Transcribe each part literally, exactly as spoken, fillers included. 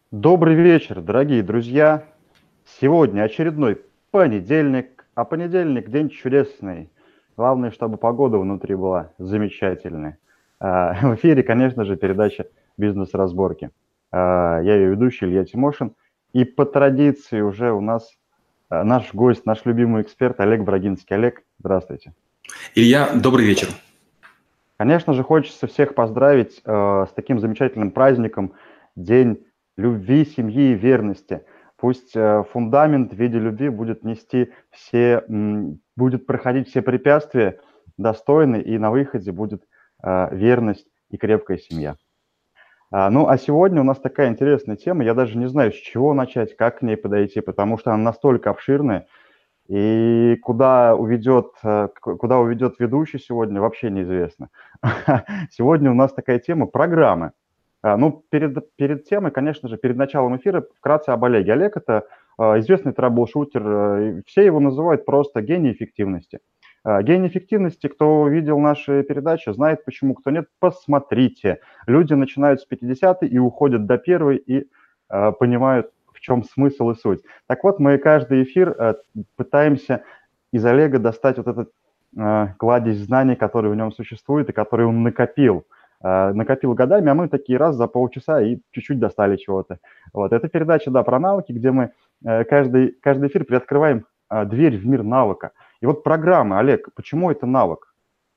Добрый вечер, дорогие друзья! Сегодня очередной понедельник, а понедельник– день чудесный. Главное, чтобы погода внутри была замечательной. А, В эфире, конечно же, передача «Бизнес-разборки». А, Я ее ведущий Илья Тимошин. И по традиции уже у нас а, наш гость, наш любимый эксперт Олег Брагинский. Олег, здравствуйте. Илья, добрый вечер. Конечно же, хочется всех поздравить э, с таким замечательным праздником, День любви, семьи и верности. Пусть э, фундамент в виде любви будет нести все, м, будет проходить все препятствия достойно, и на выходе будет э, верность и крепкая семья. А, ну, а сегодня у нас такая интересная тема, я даже не знаю, с чего начать, как к ней подойти, потому что она настолько обширная, и куда уведет, э, к куда уведет ведущий сегодня, вообще неизвестно. Сегодня у нас такая тема – программы. А, Ну, перед, перед темой, конечно же, перед началом эфира вкратце об Олеге. Олег– это а, известный трэбл-шутер, э, и все его называют просто гений эффективности. А, Гений эффективности, кто видел наши передачи, знает почему, кто нет, посмотрите. Люди начинают с пятидесятой и уходят до первой и а, понимают, в чем смысл и суть. Так вот, мы каждый эфир э, пытаемся из Олега достать вот этот э, кладезь знаний, который в нем существует и который он накопил. Э, накопил годами, а мы такие раз за полчаса и чуть-чуть достали чего-то. Вот. Это передача, да, про навыки, где мы э, каждый, каждый эфир приоткрываем э, дверь в мир навыка. И вот программы, Олег, почему это навык?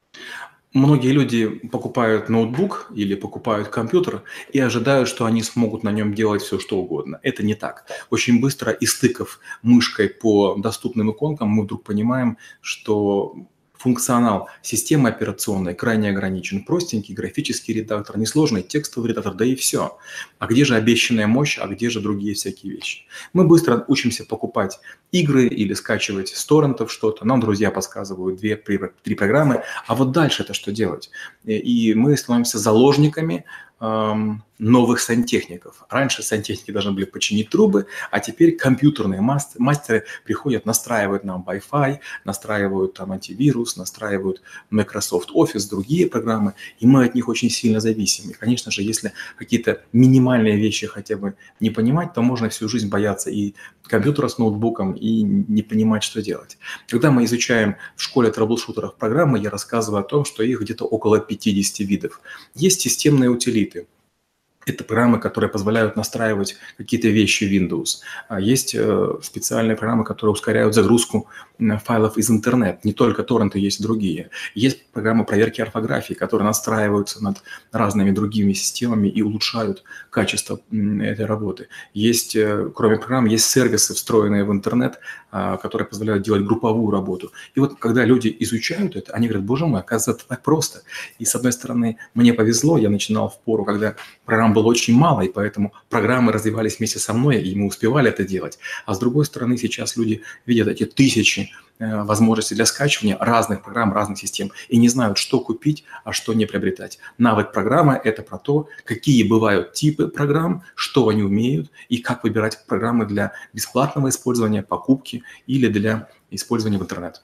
Многие люди покупают ноутбук или покупают компьютер и ожидают, что они смогут на нем делать все, что угодно. Это не так. Очень быстро, истыкав мышкой по доступным иконкам, мы вдруг понимаем, что функционал системы операционной крайне ограничен. Простенький графический редактор, несложный текстовый редактор, да и все. А где же обещанная мощь, а где же другие всякие вещи? Мы быстро учимся покупать игры или скачивать с торрентов что-то. Нам друзья подсказывают две-три программы. А вот дальше это что делать? И мы становимся заложниками эм, новых сантехников. Раньше сантехники должны были починить трубы, а теперь компьютерные мастеры приходят, настраивают нам Wi-Fi, настраивают там антивирус, настраивают Microsoft Office, другие программы, и мы от них очень сильно зависим. И, конечно же, если какие-то минимальные вещи хотя бы не понимать, то можно всю жизнь бояться и компьютера с ноутбуком, и не понимать, что делать. Когда мы изучаем в школе трэблшутеров программы, я рассказываю о том, что их где-то около пятьдесят видов. Есть системные утилиты. Это программы, которые позволяют настраивать какие-то вещи в Windows. Есть специальные программы, которые ускоряют загрузку файлов из интернета. Не только торренты, есть другие. Есть программы проверки орфографии, которые настраиваются над разными другими системами и улучшают качество этой работы. Есть, кроме программ, есть сервисы, встроенные в интернет, которые позволяют делать групповую работу. И вот когда люди изучают это, они говорят: боже мой, оказывается, это так просто. И с одной стороны, мне повезло, я начинал в пору, когда программ было очень мало, и поэтому программы развивались вместе со мной, и мы успевали это делать. А с другой стороны, сейчас люди видят эти тысячи э, возможностей для скачивания разных программ, разных систем, и не знают, что купить, а что не приобретать. Навык программы – это про то, какие бывают типы программ, что они умеют, и как выбирать программы для бесплатного использования, покупки или для использования в интернет.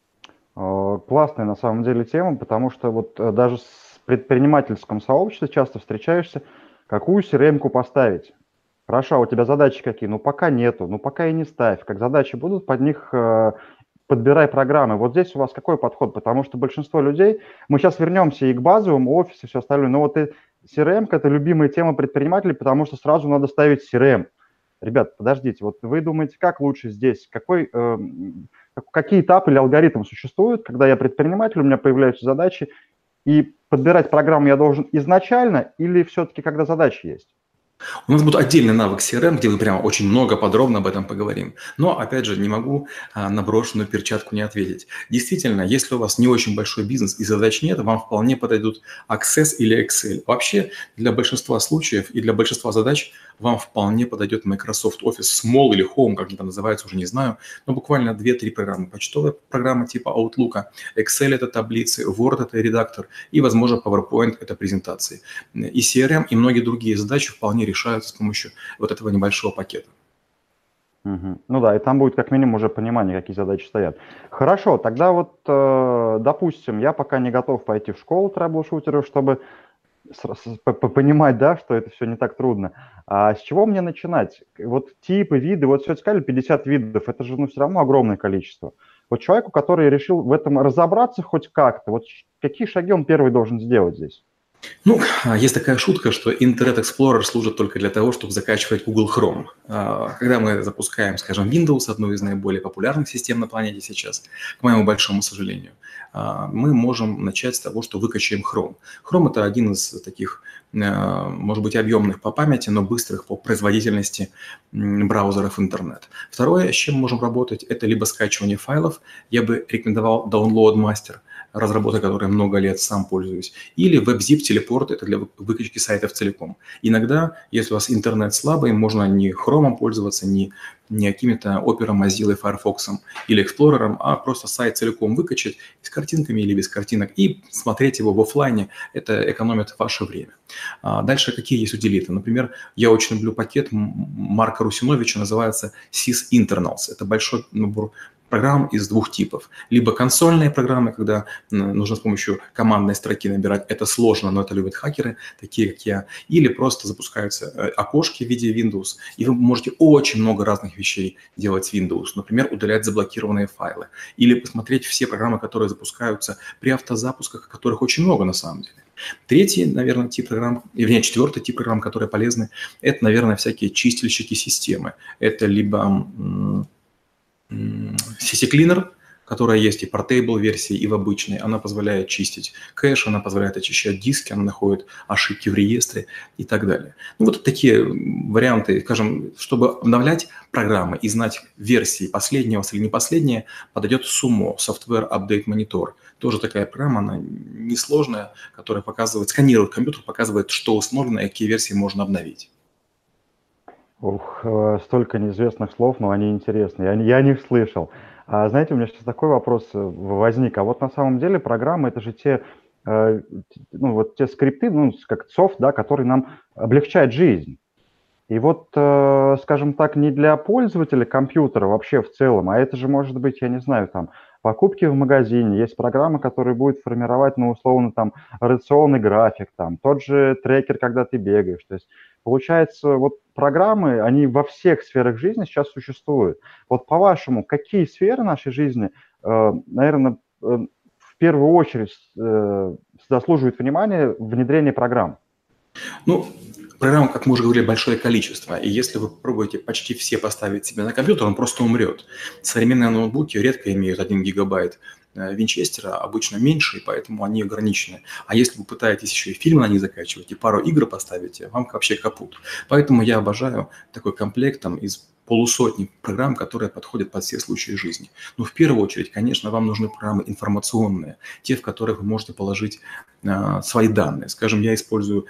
Э, Классная на самом деле тема, потому что вот э, даже с предпринимательском сообществе часто встречаешься, какую си эр эм-ку поставить. Хорошо, а у тебя задачи какие? Ну, пока нету, ну, пока и не ставь. Как задачи будут, под них э, подбирай программы. Вот здесь у вас какой подход? Потому что большинство людей, мы сейчас вернемся и к базовому офису, и все остальное, но вот и си эр эм-ка – это любимая тема предпринимателей, потому что сразу надо ставить си эр эм. Ребят, подождите, вот вы думаете, как лучше здесь? Какой, э, какие этапы или алгоритмы существуют, когда я предприниматель, у меня появляются задачи, и подбирать программу я должен изначально или все-таки когда задачи есть? У нас будет отдельный навык си эр эм, где мы прямо очень много подробно об этом поговорим. Но, опять же, не могу а, на брошенную перчатку не ответить. Действительно, если у вас не очень большой бизнес и задач нет, вам вполне подойдут Access или Excel. Вообще, для большинства случаев и для большинства задач вам вполне подойдет Microsoft Office Small или Home, как это называется, уже не знаю. Но буквально две-три программы. Почтовая программа типа Outlook, Excel – это таблицы, Word – это редактор, и, возможно, PowerPoint – это презентации. И си эр эм, и многие другие задачи вполне решаются с помощью вот этого небольшого пакета. Мгм. Ну да, и там будет как минимум уже понимание, какие задачи стоят. Хорошо, тогда вот, э, допустим, я пока не готов пойти в школу трэблшутеров, чтобы понимать, да, что это все не так трудно. А с чего мне начинать? Вот типы, виды, вот все сказали, пятьдесят видов, это же, ну, все равно огромное количество. Вот человеку, который решил в этом разобраться хоть как-то, вот какие шаги он первый должен сделать здесь? Ну, а, есть такая шутка, что Internet Explorer служит только для того, чтобы закачивать Google Chrome. А, Когда мы запускаем, скажем, Windows, одну из наиболее популярных систем на планете сейчас, к моему большому сожалению, а, мы можем начать с того, что выкачаем Chrome. Chrome – это один из таких, а, может быть, объемных по памяти, но быстрых по производительности м, браузеров интернет. Второе, с чем мы можем работать, это либо скачивание файлов. Я бы рекомендовал Download Master, разработкой которой много лет сам пользуюсь, или WebZip телепорт, это для выкачки сайтов целиком. Иногда, если у вас интернет слабый, можно не Chrome пользоваться, не, не какими-то Opera, Mozilla, Firefox или Explorer, а просто сайт целиком выкачать с картинками или без картинок и смотреть его в офлайне. Это экономит ваше время. А дальше какие есть утилиты? Например, я очень люблю пакет Марка Русиновича, называется sysinternals. Это большой набор программ из двух типов. Либо консольные программы, когда нужно с помощью командной строки набирать. Это сложно, но это любят хакеры, такие как я. Или просто запускаются окошки в виде Windows, и вы можете очень много разных вещей делать с Windows. Например, удалять заблокированные файлы. Или посмотреть все программы, которые запускаются при автозапусках, которых очень много на самом деле. Третий, наверное, тип программ, и вернее, четвертый тип программ, которые полезны, это, наверное, всякие чистильщики системы. Это либо си си Cleaner, которая есть и в Portable версии, и в обычной. Она позволяет чистить кэш, она позволяет очищать диски, она находит ошибки в реестре и так далее. Ну, вот такие варианты, скажем, чтобы обновлять программы и знать версии последнего или не последнее, подойдет Sumo, Software Update Monitor. Тоже такая программа, она несложная, которая показывает, сканирует компьютер, показывает, что установлено и какие версии можно обновить. Ух, э, столько неизвестных слов, но они интересны. Я, не- я не слышал. А знаете, у меня сейчас такой вопрос э, возник. А вот на самом деле программы это же те, э, т- ну, вот те скрипты, ну, с- как софт, да, который нам облегчает жизнь. И вот, э, скажем так, не для пользователя компьютера вообще в целом, а это же может быть, я не знаю, там, покупки в магазине, есть программа, которая будет формировать, ну, условно, там, рационный график, там, тот же трекер, когда ты бегаешь. То есть, получается, вот программы, они во всех сферах жизни сейчас существуют. Вот по-вашему, какие сферы нашей жизни, э, наверное, э, в первую очередь э, заслуживают внимания внедрения программ? Ну, программ, как мы уже говорили, большое количество. И если вы попробуете почти все поставить себе на компьютер, он просто умрет. Современные ноутбуки редко имеют один гигабайт э, винчестера, обычно меньше, и поэтому они ограничены. А если вы пытаетесь еще и фильмы на них закачивать, и пару игр поставите, вам вообще капут. Поэтому я обожаю такой комплект там, из полусотни программ, которые подходят под все случаи жизни. Но в первую очередь, конечно, вам нужны программы информационные, те, в которых вы можете положить э, свои данные. Скажем, я использую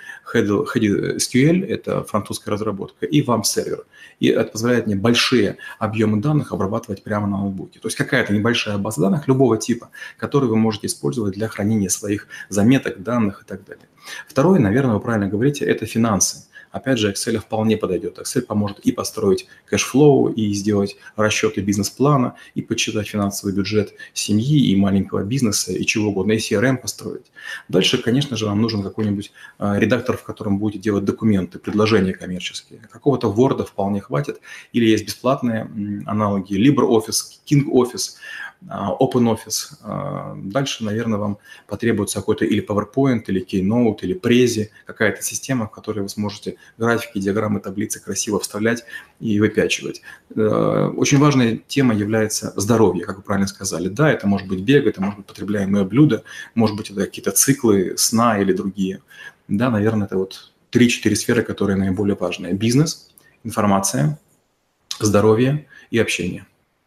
HediSQL, это французская разработка, и вам сервер. И это позволяет мне большие объемы данных обрабатывать прямо на ноутбуке. То есть какая-то небольшая база данных любого типа, которую вы можете использовать для хранения своих заметок, данных и так далее. Второе, наверное, вы правильно говорите, это финансы. Опять же, Excel вполне подойдет. Excel поможет и построить кэшфлоу, и сделать расчеты бизнес-плана, и подсчитать финансовый бюджет семьи и маленького бизнеса, и чего угодно, и си ар эм построить. Дальше, конечно же, вам нужен какой-нибудь э, редактор, в котором будете делать документы, предложения коммерческие. Какого-то Word вполне хватит. Или есть бесплатные м, аналоги LibreOffice, KingOffice, OpenOffice. Дальше, наверное, вам потребуется какой-то или PowerPoint, или Keynote, или Prezi, какая-то система, в которой вы сможете графики, диаграммы, таблицы красиво вставлять и выпячивать. Очень важная тема является здоровье, как вы правильно сказали. Да, это может быть бег, это может быть потребляемое блюдо, может быть, это какие-то циклы сна или другие. Да, наверное, это вот три-четыре сферы, которые наиболее важные. Бизнес, информация, здоровье и общение.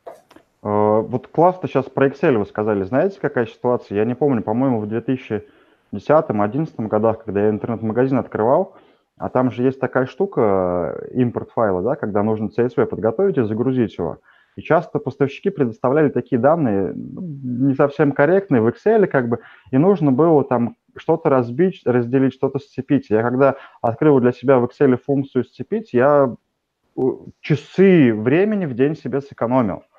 Вот классно сейчас про Excel вы сказали. Знаете, какая ситуация? Я не помню, по-моему, в две тысячи десятом-одиннадцатом годах, когда я интернет-магазин открывал, а там же есть такая штука, э, импорт файла, да, когда нужно си эс ви подготовить и загрузить его. И часто поставщики предоставляли такие данные, ну, не совсем корректные в Excel, как бы, и нужно было там что-то разбить, разделить, что-то сцепить. Я когда открыл для себя в Excel функцию сцепить, я э, часы времени в день себе сэкономил.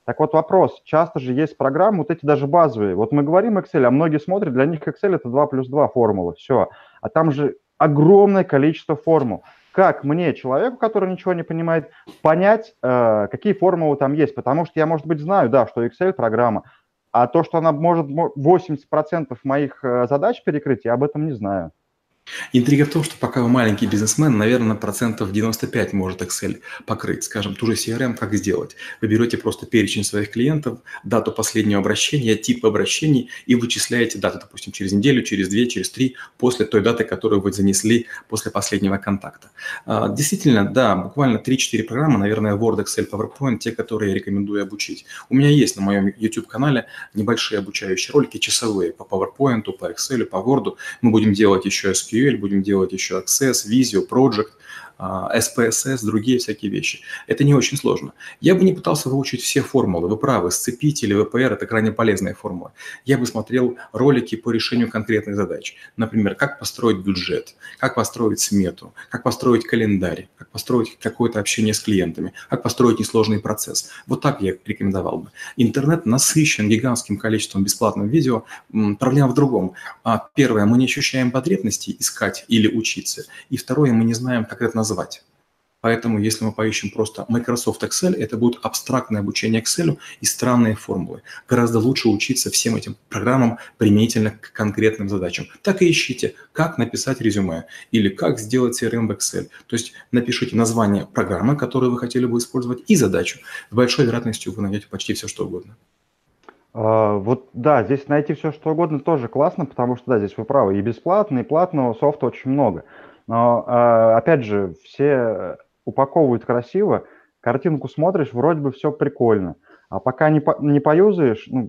Так вот вопрос, часто же есть программы, вот эти даже базовые. Вот мы говорим Excel, а многие смотрят, для них Excel это два плюс два формулы, все. А там же огромное количество формул. Как мне, человеку, который ничего не понимает, понять, э, какие формулы там есть? Потому что я, может быть, знаю, да, что Excel программа, а то, что она может восемьдесят процентов моих э, задач перекрыть, я об этом не знаю. Интрига в том, что пока вы маленький бизнесмен, наверное, процентов девяносто пять может Excel покрыть. Скажем, ту же си ар эм как сделать? Вы берете просто перечень своих клиентов, дату последнего обращения, тип обращений и вычисляете даты, допустим, через неделю, через две, через три, после той даты, которую вы занесли после последнего контакта. Действительно, да, буквально три-четыре программы, наверное, Word, Excel, PowerPoint, те, которые я рекомендую обучить. У меня есть на моем YouTube-канале небольшие обучающие ролики, часовые по PowerPoint, по Excel, по Word. Мы будем делать еще эс кью эль, будем делать еще Access, Visio, Project, эс пи эс эс, другие всякие вещи. Это не очень сложно. Я бы не пытался выучить все формулы. Вы правы, сцепить или ви пи эр – это крайне полезные формулы. Я бы смотрел ролики по решению конкретных задач. Например, как построить бюджет, как построить смету, как построить календарь, как построить какое-то общение с клиентами, как построить несложный процесс. Вот так я рекомендовал бы. Интернет насыщен гигантским количеством бесплатного видео. Проблема в другом. Первое, мы не ощущаем потребности искать или учиться. И второе, мы не знаем, как это назвать. Поэтому, если мы поищем просто Microsoft Excel, это будет абстрактное обучение Excel и странные формулы. Гораздо лучше учиться всем этим программам применительно к конкретным задачам. Так и ищите, как написать резюме или как сделать си ар эм в Excel. То есть напишите название программы, которую вы хотели бы использовать, и задачу. С большой вероятностью вы найдете почти все, что угодно. Uh, вот да, здесь найти все, что угодно тоже классно, потому что, да, здесь вы правы, и бесплатно, и платного софта очень много. Но, uh, опять же, все упаковывают красиво, картинку смотришь, вроде бы все прикольно, а пока не, по, не поюзаешь, ну,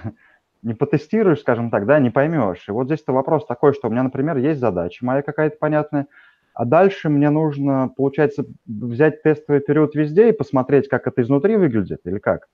не потестируешь, скажем так, да, не поймешь. И вот здесь-то вопрос такой, что у меня, например, есть задача моя какая-то понятная, а дальше мне нужно, получается, взять тестовый период везде и посмотреть, как это изнутри выглядит, или как?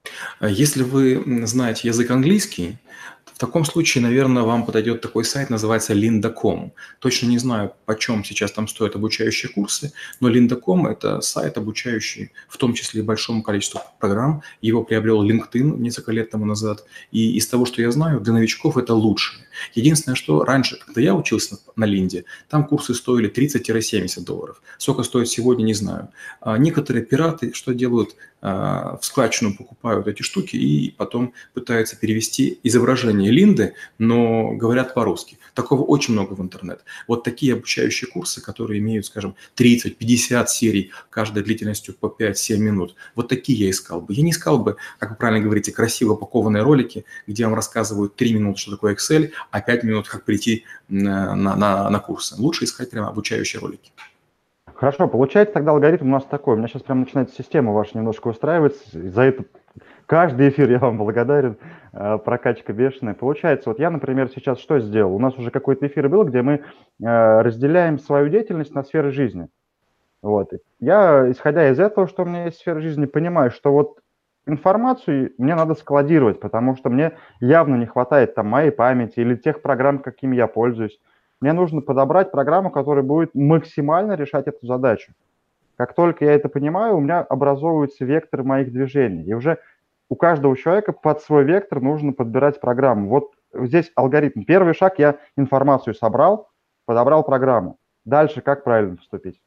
Если вы знаете язык английский, в таком случае, наверное, вам подойдет такой сайт, называется линда точка ком. Точно не знаю, почем сейчас там стоят обучающие курсы, но линда точка ком – это сайт, обучающий в том числе и большому количеству программ. Его приобрел LinkedIn несколько лет тому назад. И из того, что я знаю, для новичков это лучше. Единственное, что раньше, когда я учился на Линде, там курсы стоили тридцать-семьдесят долларов. Сколько стоит сегодня, не знаю. А некоторые пираты что делают? В складчину покупают эти штуки и потом пытаются перевести изображение Линды, но говорят по-русски. Такого очень много в интернет. Вот такие обучающие курсы, которые имеют, скажем, тридцать-пятьдесят серий, каждой длительностью по пять-семь минут. Вот такие я искал бы. Я не искал бы, как вы правильно говорите, красиво упакованные ролики, где вам рассказывают три минуты, что такое Excel, а пять минут, как прийти на, на, на курсы. Лучше искать прямо обучающие ролики. Хорошо, получается тогда алгоритм у нас такой. У меня сейчас прям начинает система ваша немножко устраиваться. За это каждый эфир я вам благодарен. Прокачка бешеная. Получается, вот я, например, сейчас что сделал? У нас уже какой-то эфир был, где мы разделяем свою деятельность на сферы жизни. Вот. Я, исходя из этого, что у меня есть сфера жизни, понимаю, что вот информацию мне надо складировать, потому что мне явно не хватает там моей памяти или тех программ, какими я пользуюсь. Мне нужно подобрать программу, которая будет максимально решать эту задачу. Как только я это понимаю, у меня образовывается вектор моих движений. И уже у каждого человека под свой вектор нужно подбирать программу. Вот здесь алгоритм. Первый шаг, я информацию собрал, подобрал программу. Дальше как правильно поступить?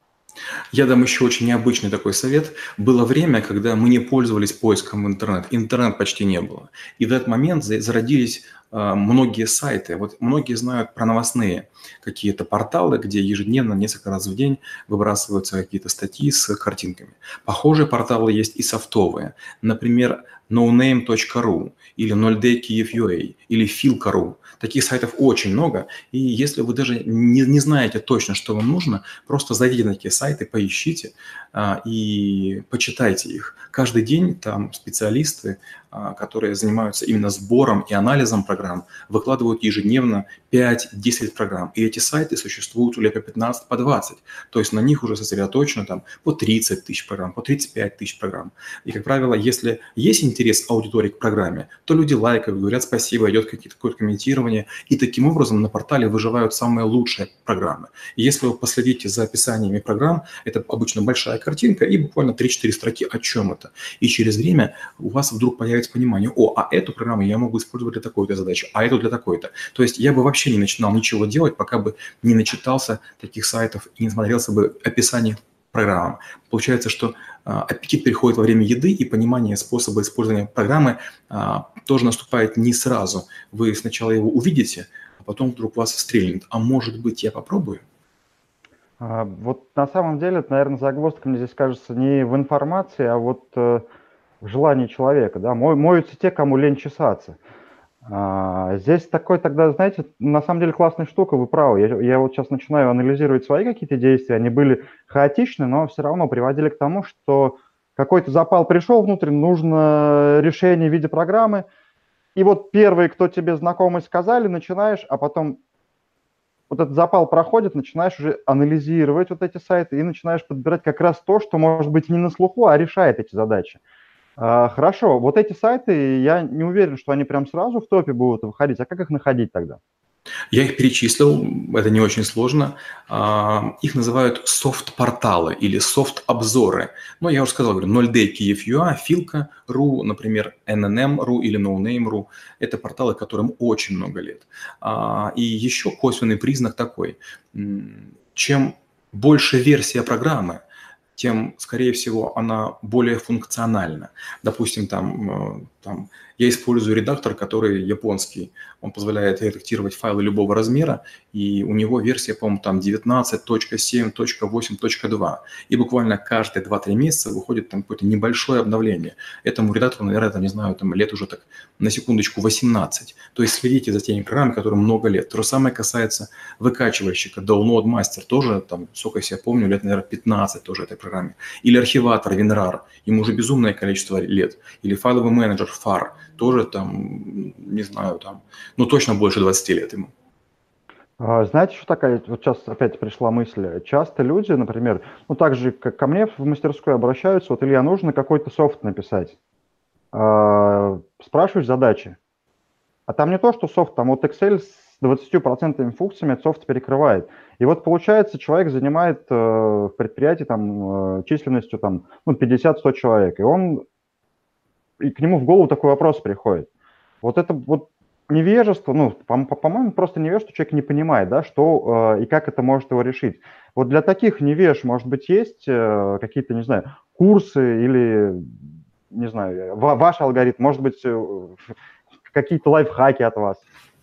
Я дам еще очень необычный такой совет. Было время, когда мы не пользовались поиском в интернет. Интернет почти не было. И в этот момент зародились э, многие сайты. Вот многие знают про новостные какие-то порталы, где ежедневно, несколько раз в день выбрасываются какие-то статьи с картинками. Похожие порталы есть и софтовые. Например, ноунейм точка ру или ноль дэй киев точка ю а или фил точка ру. Таких сайтов очень много, и если вы даже не, не знаете точно, что вам нужно, просто зайдите на такие сайты, поищите а, и почитайте их. Каждый день там специалисты, а, которые занимаются именно сбором и анализом программ, выкладывают ежедневно пять-десять программ. И эти сайты существуют уже по пятнадцать, по двадцать. То есть на них уже сосредоточено там по тридцать тысяч программ, по тридцать пять тысяч программ. И, как правило, если есть интерес аудитории к программе, то люди лайкают, говорят спасибо, идет какие-то какое-то комментирование. И таким образом на портале выживают самые лучшие программы. И если вы последите за описаниями программ, это обычно большая картинка и буквально три-четыре строки, о чем это. И через время у вас вдруг появится понимание: о, а эту программу я могу использовать для такой-то задачи, а эту для такой-то. То есть я бы вообще не начинал ничего делать, пока бы не начитался таких сайтов и не смотрелся бы описание программам. Получается, что а, аппетит приходит во время еды, и понимание способа использования программы а, тоже наступает не сразу. Вы сначала его увидите, а потом вдруг вас стрельнет. А может быть, я попробую? А, Вот на самом деле, это, наверное, загвоздка, мне здесь кажется, не в информации, а вот э, в желании человека. Да? Мо- Моются те, кому лень чесаться. А, Здесь такой тогда, знаете, на самом деле классная штука, вы правы. Я, я вот сейчас начинаю анализировать свои какие-то действия, они были хаотичны, но все равно приводили к тому, что какой-то запал пришел внутрь, нужно решение в виде программы, и вот первые, кто тебе знакомы, сказали, начинаешь, а потом вот этот запал проходит, начинаешь уже анализировать вот эти сайты и начинаешь подбирать как раз то, что может быть не на слуху, а решает эти задачи. А, Хорошо, вот эти сайты, я не уверен, что они прям сразу в топе будут выходить, а как их находить тогда? Я их перечислил, это не очень сложно. А, Их называют софт-порталы или софт-обзоры. Но я уже сказал, говорю, ноль дэй Киев.ua, Филка точка ру, например, эн эн эм точка ру или ноунейм точка ру. Это порталы, которым очень много лет. А, И еще косвенный признак такой. М, Чем больше версия программы, тем, скорее всего, она более функциональна. Допустим, там, э, там я использую редактор, который японский. Он позволяет редактировать файлы любого размера, и у него версия, по-моему, там девятнадцать точка семь точка восемь точка два. И буквально каждые два-три месяца выходит там какое-то небольшое обновление. Этому редактору, наверное, там, не знаю, там лет уже так, на секундочку, восемнадцать. То есть следите за теми программами, которым много лет. То же самое касается выкачивальщика. Download Master тоже, там, сколько я себя помню, лет, наверное, пятнадцать тоже этой программе. Или архиватор WinRAR, ему уже безумное количество лет. Или файловый менеджер фар, тоже там, не знаю, там, ну точно больше двадцати лет ему. А, Знаете, что такая, вот сейчас опять пришла мысль, часто люди, например, ну так же, как ко мне в мастерскую обращаются, вот, Илья, нужно какой-то софт написать. А, Спрашиваешь задачи. А там не то, что софт, там вот Excel с двадцатью процентами функциями от софта перекрывает. И вот получается, человек занимает э, в предприятии там э, численностью там, ну, пятьдесят-сто человек, и он, и к нему в голову такой вопрос приходит. Вот это вот невежество, ну, по- по- по-моему, просто невежество, человек не понимает, да, что э, и как это может его решить. Вот для таких невеж, может быть, есть э, какие-то, не знаю, курсы или, не знаю, ва- ваш алгоритм, может быть, э, какие-то лайфхаки от вас?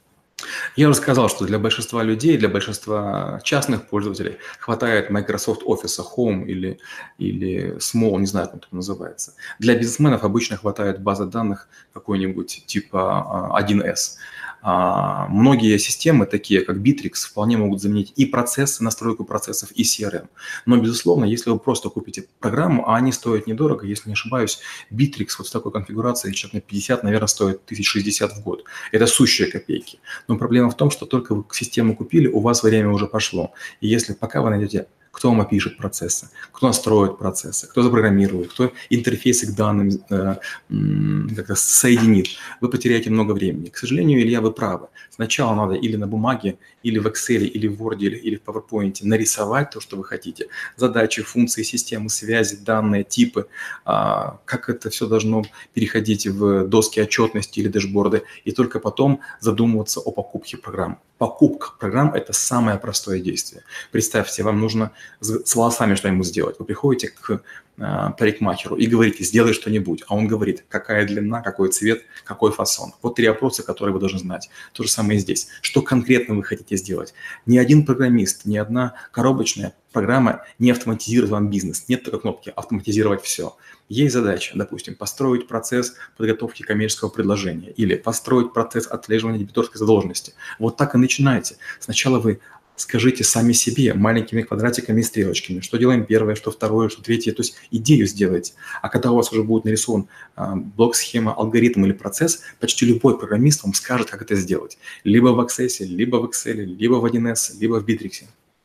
Я уже сказал, что для большинства людей, для большинства частных пользователей хватает Microsoft Office Home или, или Small, не знаю, как это называется. Для бизнесменов обычно хватает базы данных какой-нибудь типа а, один эс. А, Многие системы, такие как Bittrex, вполне могут заменить и процессы, настройку процессов, и си ар эм. Но, безусловно, если вы просто купите программу, а они стоят недорого, если не ошибаюсь, Bittrex вот с такой конфигурацией, человек на пятьдесят, наверное, стоит тысяч шестьдесят в год. Это сущие копейки. Но проблема в том, что только вы систему купили, у вас время уже пошло. И если пока вы найдете, кто вам опишет процессы, кто настроит процессы, кто запрограммирует, кто интерфейсы к данным э, как-то соединит, вы потеряете много времени. К сожалению, Илья, вы правы. Сначала надо или на бумаге, или в Excel, или в Word, или, или в PowerPoint нарисовать то, что вы хотите. Задачи, функции, системы, связи, данные, типы, а, как это все должно переходить в доски отчетности или дэшборды, и только потом задумываться о покупке программ. Покупка программ – это самое простое действие. Представьте, вам нужно с волосами что-нибудь сделать. Вы приходите к э, парикмахеру и говорите: сделай что-нибудь. А он говорит: какая длина, какой цвет, какой фасон. Вот три вопроса, которые вы должны знать. То же самое и здесь. Что конкретно вы хотите сделать? Ни один программист, ни одна коробочная программа не автоматизирует вам бизнес. Нет такой кнопки «автоматизировать все». Есть задача, допустим, построить процесс подготовки коммерческого предложения или построить процесс отслеживания дебиторской задолженности. Вот так и начинайте. Сначала вы скажите сами себе маленькими квадратиками и стрелочками, что делаем первое, что второе, что третье, то есть идею сделайте. А когда у вас уже будет нарисован а, блок-схема, алгоритм или процесс, почти любой программист вам скажет, как это сделать. Либо в Access, либо в Excel, либо в один эс, либо в Bittrex.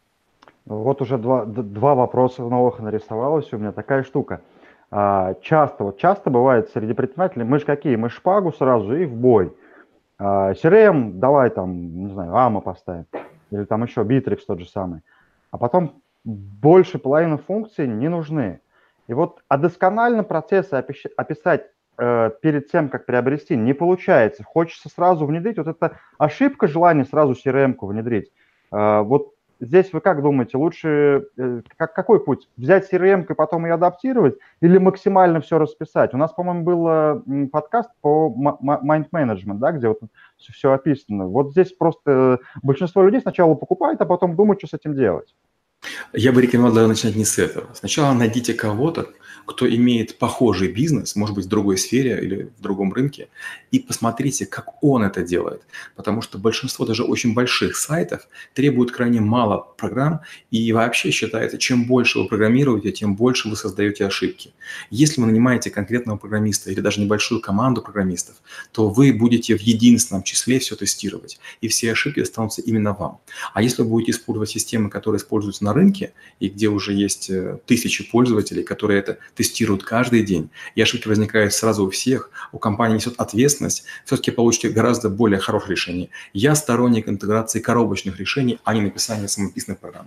Вот уже два, д- два вопроса новых нарисовалось у меня. Такая штука. А, часто, вот часто бывает среди предпринимателей, мы же какие, мы шпагу сразу и в бой. А, си ар эм, давай там, не знаю, АМА поставим, или там еще Bittrex тот же самый. А потом больше половины функций не нужны. И вот, а досконально процессы опиш- описать э, перед тем, как приобрести, не получается. Хочется сразу внедрить, вот эта ошибка желания сразу си ар эм-ку внедрить. Э, вот здесь вы как думаете, лучше, э, как, какой путь? Взять си ар эм-ку и потом ее адаптировать или максимально все расписать? У нас, по-моему, был э, м, подкаст по mind management, да, где вот все, все описано. Вот здесь просто э, большинство людей сначала покупает, а потом думают, что с этим делать. Я бы рекомендовал начинать не с этого. Сначала найдите кого-то, кто имеет похожий бизнес, может быть, в другой сфере или в другом рынке, и посмотрите, как он это делает. Потому что большинство даже очень больших сайтов требуют крайне мало программ, и вообще считается, чем больше вы программируете, тем больше вы создаете ошибки. Если вы нанимаете конкретного программиста или даже небольшую команду программистов, то вы будете в единственном числе все тестировать, и все ошибки останутся именно вам. А если вы будете использовать системы, которые используются на рынке, и где уже есть тысячи пользователей, которые это тестируют каждый день, и ошибки возникают сразу у всех, у компании несет ответственность, все-таки получите гораздо более хорошее решение. Я сторонник интеграции коробочных решений, а не написания самописных программ.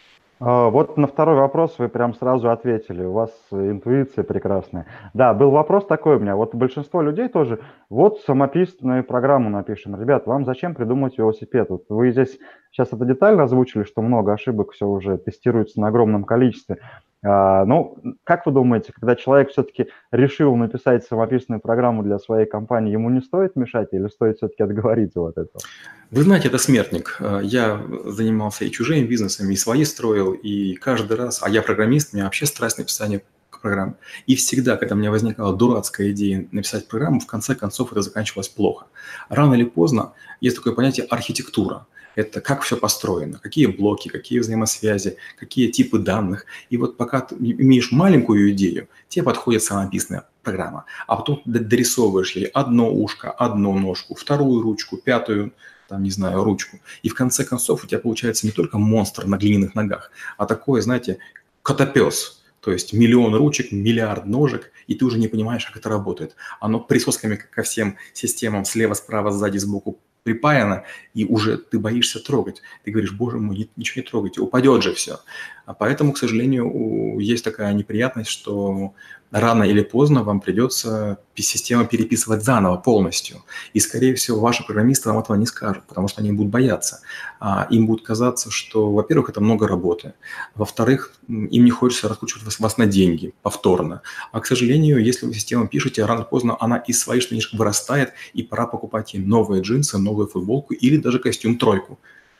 А, Вот на второй вопрос вы прям сразу ответили. У вас э, интуиция прекрасная. Да, был вопрос такой у меня. Вот большинство людей тоже, вот самописную программу напишем. Ребят, вам зачем придумать велосипед? Вот вы здесь сейчас это детально озвучили, что много ошибок все уже тестируется на огромном количестве. А, ну, как вы думаете, когда человек все-таки решил написать самописную программу для своей компании, ему не стоит мешать или стоит все-таки отговориться от этого? Вы знаете, это смертник. Я занимался и чужими бизнесами, и свои строил, и каждый раз, а я программист, у меня вообще страсть написания программ. И всегда, когда у меня возникала дурацкая идея написать программу, в конце концов это заканчивалось плохо. Рано или поздно есть такое понятие архитектура. Это как все построено, какие блоки, какие взаимосвязи, какие типы данных. И вот пока ты имеешь маленькую идею, тебе подходит самописная программа. А потом дорисовываешь ей одно ушко, одну ножку, вторую ручку, пятую, там, не знаю, ручку. И в конце концов у тебя получается не только монстр на глиняных ногах, а такое, знаете, котопес. То есть миллион ручек, миллиард ножек, и ты уже не понимаешь, как это работает. Оно присосками ко всем системам слева, справа, сзади, сбоку припаяно, и уже ты боишься трогать. Ты говоришь, боже мой, ничего не трогайте, упадет же все. А поэтому, к сожалению, есть такая неприятность, что рано или поздно вам придется систему переписывать заново полностью. И, скорее всего, ваши программисты вам этого не скажут, потому что они будут бояться. Им будет казаться, что, во-первых, это много работы. Во-вторых, им не хочется раскручивать вас, вас на деньги повторно. А, к сожалению, если вы систему пишете, рано или поздно она из своих штанишек вырастает, и пора покупать ей новые джинсы, новую футболку или даже костюм-тройку.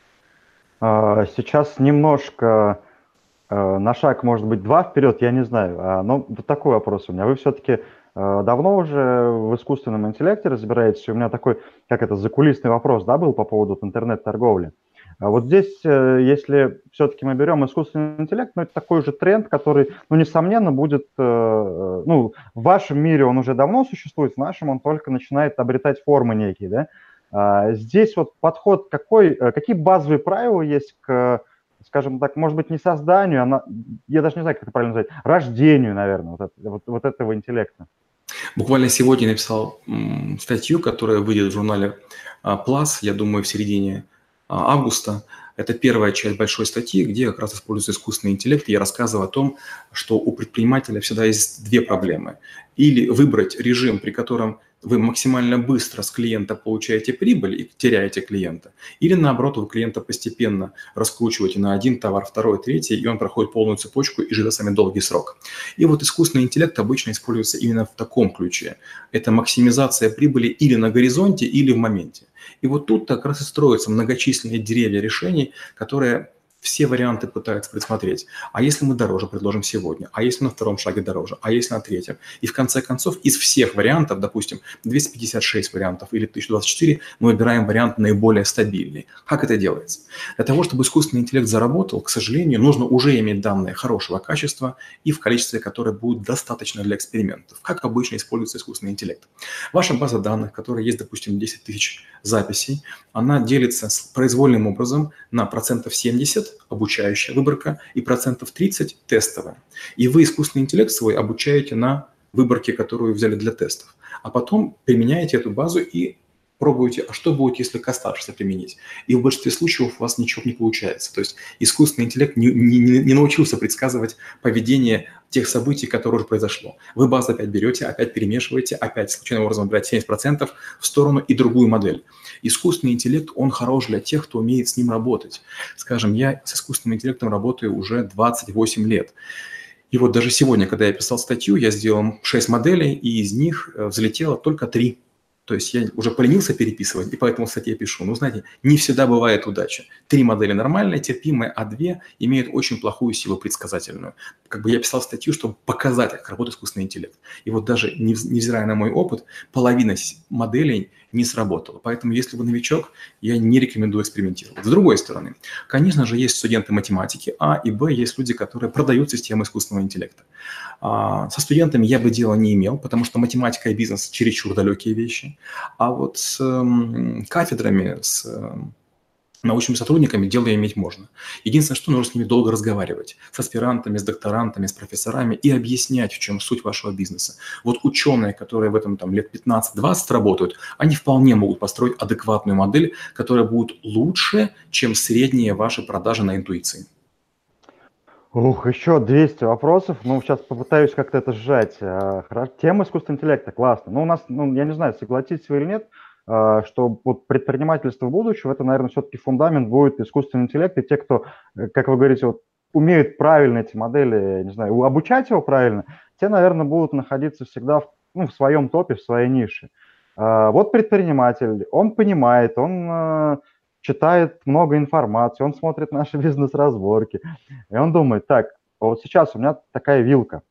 А, Сейчас немножко э, на шаг, может быть, два вперед, я не знаю. А, Но вот такой вопрос у меня. Вы все-таки э, давно уже в искусственном интеллекте разбираетесь? У меня такой, как это, закулисный вопрос, да, был по поводу вот интернет-торговли. А вот здесь, э, если все-таки мы берем искусственный интеллект, ну, это такой же тренд, который, ну, несомненно, будет, э, э, ну, в вашем мире он уже давно существует, в нашем он только начинает обретать формы некие, да. А, Здесь вот подход какой, э, какие базовые правила есть к, скажем так, может быть, не созданию, а на, я даже не знаю, как это правильно назвать, рождению, наверное, вот, это- вот, вот этого интеллекта. Буквально сегодня я написал м, статью, которая выйдет в журнале а, Plus, я думаю, в середине а, августа. Это первая часть большой статьи, где как раз используется искусственный интеллект, и я рассказываю о том, что у предпринимателя всегда есть две проблемы. Или выбрать режим, при котором вы максимально быстро с клиента получаете прибыль и теряете клиента, или наоборот, вы клиента постепенно раскручиваете на один товар, второй, третий, и он проходит полную цепочку и живет с вами долгий срок. И вот искусственный интеллект обычно используется именно в таком ключе. Это максимизация прибыли или на горизонте, или в моменте. И вот тут как раз и строятся многочисленные деревья решений, которые все варианты пытаются предсмотреть. А если мы дороже предложим сегодня? А если на втором шаге дороже? А если на третьем? И в конце концов из всех вариантов, допустим, двести пятьдесят шесть вариантов или тысяча двадцать четыре, мы выбираем вариант наиболее стабильный. Как это делается? Для того, чтобы искусственный интеллект заработал, к сожалению, нужно уже иметь данные хорошего качества и в количестве, которое будет достаточно для экспериментов. Как обычно используется искусственный интеллект? Ваша база данных, в которой есть, допустим, десять тысяч записей, она делится произвольным образом на процентов семьдесят обучающая выборка и процентов тридцать тестовая. И вы искусственный интеллект свой обучаете на выборке, которую взяли для тестов. А потом применяете эту базу и пробуете, а что будет, если к оставшимся применить. И в большинстве случаев у вас ничего не получается. То есть искусственный интеллект не, не, не научился предсказывать поведение тех событий, которые уже произошло. Вы базу опять берете, опять перемешиваете, опять случайным образом брать семьдесят процентов в сторону и другую модель. Искусственный интеллект, он хорош для тех, кто умеет с ним работать. Скажем, я с искусственным интеллектом работаю уже двадцать восемь лет. И вот даже сегодня, когда я писал статью, я сделал шесть моделей, и из них взлетело только три. То есть я уже поленился переписывать, и поэтому в статье пишу. Ну, знаете, не всегда бывает удача. Три модели нормальные, терпимые, а две имеют очень плохую силу предсказательную. Как бы я писал статью, чтобы показать, как работает искусственный интеллект. И вот даже невзирая на мой опыт, половина моделей не сработала. Поэтому, если вы новичок, я не рекомендую экспериментировать. С другой стороны, конечно же, есть студенты математики А и Б, есть люди, которые продают систему искусственного интеллекта. Со студентами я бы дела не имел, потому что математика и бизнес – чересчур далекие вещи. А вот с кафедрами, с научными сотрудниками дело иметь можно. Единственное, что нужно с ними долго разговаривать. С аспирантами, с докторантами, с профессорами и объяснять, в чем суть вашего бизнеса. Вот ученые, которые в этом там, лет пятнадцать-двадцать работают, они вполне могут построить адекватную модель, которая будет лучше, чем средние ваши продажи на интуиции. Ух, еще двести вопросов. Ну, сейчас попытаюсь как-то это сжать. Тема искусственного интеллекта классно. Ну, у нас, ну, я не знаю, согласитесь вы или нет, что вот предпринимательство будущего, это, наверное, все-таки фундамент будет искусственный интеллект, и те, кто, как вы говорите, вот, умеют правильно эти модели, не знаю, обучать его правильно, те, наверное, будут находиться всегда в, ну, в своем топе, в своей нише. Вот предприниматель, он понимает, он читает много информации, он смотрит наши бизнес-разборки, и он думает, так, вот сейчас у меня такая вилка,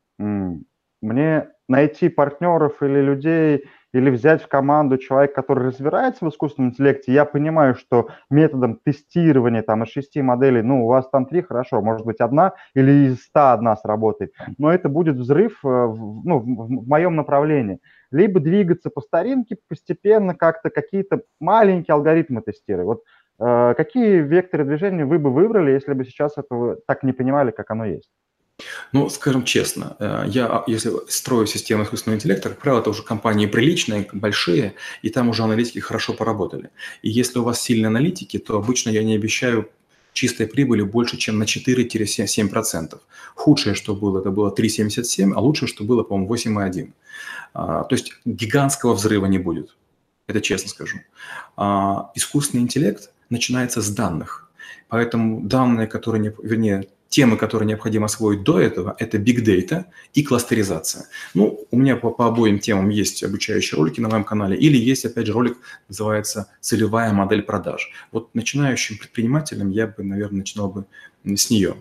мне найти партнеров или людей, или взять в команду человека, который разбирается в искусственном интеллекте, я понимаю, что методом тестирования там, из шести моделей, ну, у вас там три, хорошо, может быть, одна или из ста одна сработает, но это будет взрыв ну, в моем направлении. Либо двигаться по старинке, постепенно как-то какие-то маленькие алгоритмы тестировать. Вот э, какие векторы движения вы бы выбрали, если бы сейчас этого так не понимали, как оно есть? Ну, скажем честно, я, если строю систему искусственного интеллекта, как правило, это уже компании приличные, большие, и там уже аналитики хорошо поработали. И если у вас сильные аналитики, то обычно я не обещаю чистой прибыли больше, чем на четыре-семь процентов. Худшее, что было, это было три целых семьдесят семь, а лучшее, что было, по-моему, восемь целых один. То есть гигантского взрыва не будет, это честно скажу. Искусственный интеллект начинается с данных. Поэтому данные, которые, вернее, темы, которые необходимо освоить до этого, это big data и кластеризация. Ну, у меня по, по обоим темам есть обучающие ролики на моем канале, или есть, опять же, ролик, называется «Целевая модель продаж». Вот начинающим предпринимателям я бы, наверное, начинал бы с нее.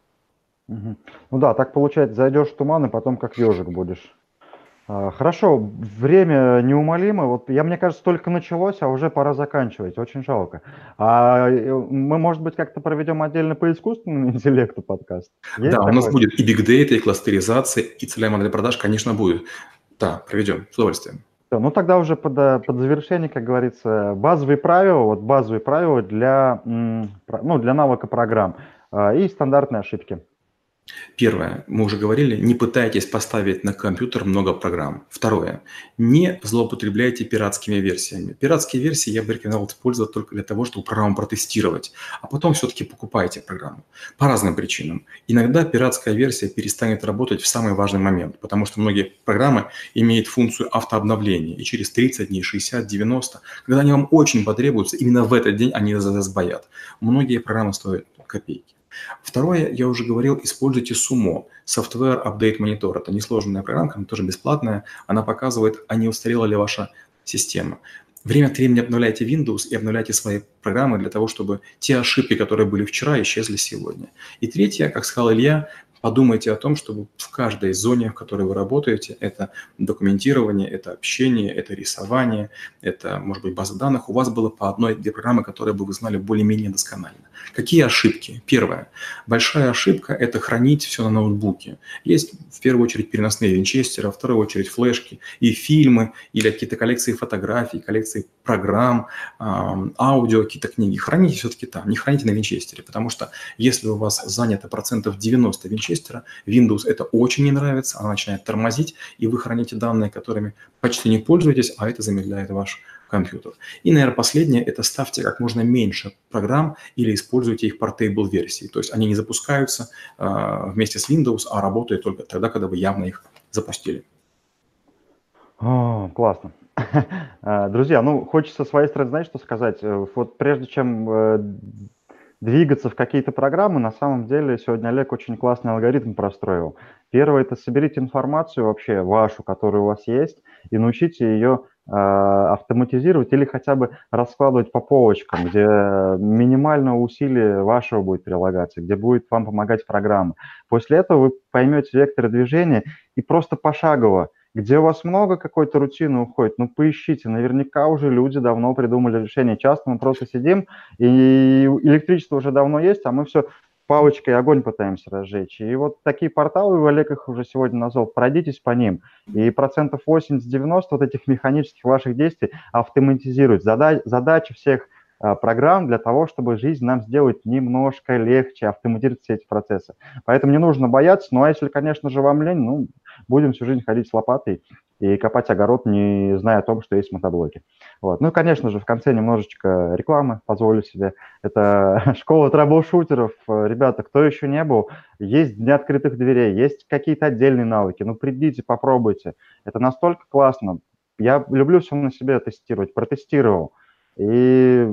Угу. Ну да, так получается, зайдешь в туман, и потом как ежик будешь. Хорошо, время неумолимо. Вот я, мне кажется, только началось, а уже пора заканчивать. Очень жалко. А мы, может быть, как-то проведем отдельно по искусственному интеллекту подкаст? Есть да, такое? У нас будет и big data, и кластеризация, и целевая модель продаж, конечно, будет. Да, проведем, с удовольствием. Ну тогда уже под, под завершение, как говорится, базовые правила, вот базовые правила для, ну, для навыка программ и стандартные ошибки. Первое, мы уже говорили, не пытайтесь поставить на компьютер много программ. Второе, не злоупотребляйте пиратскими версиями. Пиратские версии я бы рекомендовал использовать только для того, чтобы программу протестировать, а потом все-таки покупайте программу. По разным причинам. Иногда пиратская версия перестанет работать в самый важный момент, потому что многие программы имеют функцию автообновления, и через тридцать дней, шестьдесят, девяносто, когда они вам очень потребуются, именно в этот день они сбоят. Многие программы стоят копейки. Второе, я уже говорил, используйте сумо, Software Update Monitor. Это несложная программа, она тоже бесплатная. Она показывает, а не устарела ли ваша система. Время от времени обновляйте Windows и обновляйте свои программы для того, чтобы те ошибки, которые были вчера, исчезли сегодня. И третье, как сказал Илья, подумайте о том, чтобы в каждой зоне, в которой вы работаете, это документирование, это общение, это рисование, это, может быть, база данных, у вас было по одной-две программы, которые бы вы знали более-менее досконально. Какие ошибки? Первое. Большая ошибка – это хранить все на ноутбуке. Есть, в первую очередь, переносные винчестеры, во вторую очередь, флешки и фильмы, или какие-то коллекции фотографий, коллекции программ, аудио, какие-то книги. Храните все-таки там, не храните на винчестере, потому что если у вас занято процентов девяносто винчестера, Windows это очень не нравится, она начинает тормозить, и вы храните данные, которыми почти не пользуетесь, а это замедляет ваш компьютер. И, наверное, последнее – это ставьте как можно меньше программ или используйте их portable версии. То есть они не запускаются э, вместе с Windows, а работают только тогда, когда вы явно их запустили. О, классно. Друзья, ну, хочется с своей стороны, знаете, что сказать? Вот прежде чем э, двигаться в какие-то программы, на самом деле сегодня Олег очень классный алгоритм простроил. Первое – это соберите информацию вообще вашу, которая у вас есть, и научите ее э, автоматизировать или хотя бы раскладывать по полочкам, где минимальное усилие вашего будет прилагаться, где будет вам помогать программа. После этого вы поймете векторы движения и просто пошагово, где у вас много какой-то рутины уходит, ну поищите, наверняка уже люди давно придумали решение. Часто мы просто сидим, и электричество уже давно есть, а мы все палочкой огонь пытаемся разжечь. И вот такие порталы, Олег их уже сегодня назвал, пройдитесь по ним, и процентов восемьдесят-девяносто вот этих механических ваших действий автоматизируют. Зада- задача всех а, программ для того, чтобы жизнь нам сделать немножко легче, автоматизировать все эти процессы. Поэтому не нужно бояться, ну а если, конечно же, вам лень, ну, будем всю жизнь ходить с лопатой и копать огород, не зная о том, что есть мотоблоки. Вот. Ну и, конечно же, в конце немножечко рекламы позволю себе. Это школа трэбл-шутеров. Ребята, кто еще не был, есть дни открытых дверей, есть какие-то отдельные навыки. Ну, придите, попробуйте. Это настолько классно. Я люблю все на себе тестировать, протестировал. И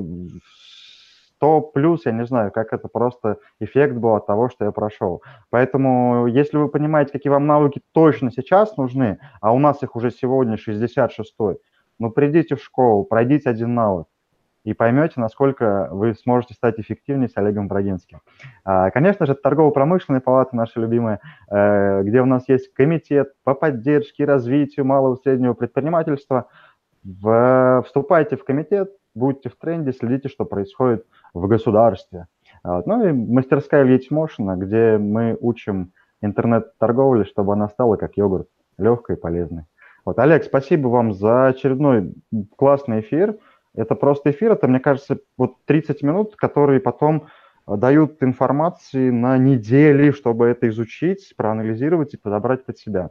сто плюс, я не знаю, как это просто эффект был от того, что я прошел. Поэтому, если вы понимаете, какие вам навыки точно сейчас нужны, а у нас их уже сегодня шестьдесят шестой, ну, придите в школу, пройдите один навык и поймете, насколько вы сможете стать эффективнее с Олегом Брагинским. Конечно же, это торгово-промышленная палата наша любимая, где у нас есть комитет по поддержке и развитию малого и среднего предпринимательства. Вступайте в комитет, будьте в тренде, следите, что происходит в государстве. Ну и мастерская Ильи Тимошина, где мы учим интернет-торговле, чтобы она стала как йогурт, легкой и полезной. Вот, Олег, спасибо вам за очередной классный эфир. Это просто эфир, это, мне кажется, вот тридцать минут, которые потом дают информации на недели, чтобы это изучить, проанализировать и подобрать под себя.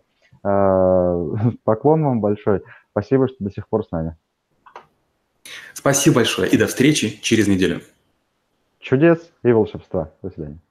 Поклон вам большой. Спасибо, что до сих пор с нами. Спасибо большое и до встречи через неделю. Чудес и волшебства. До свидания.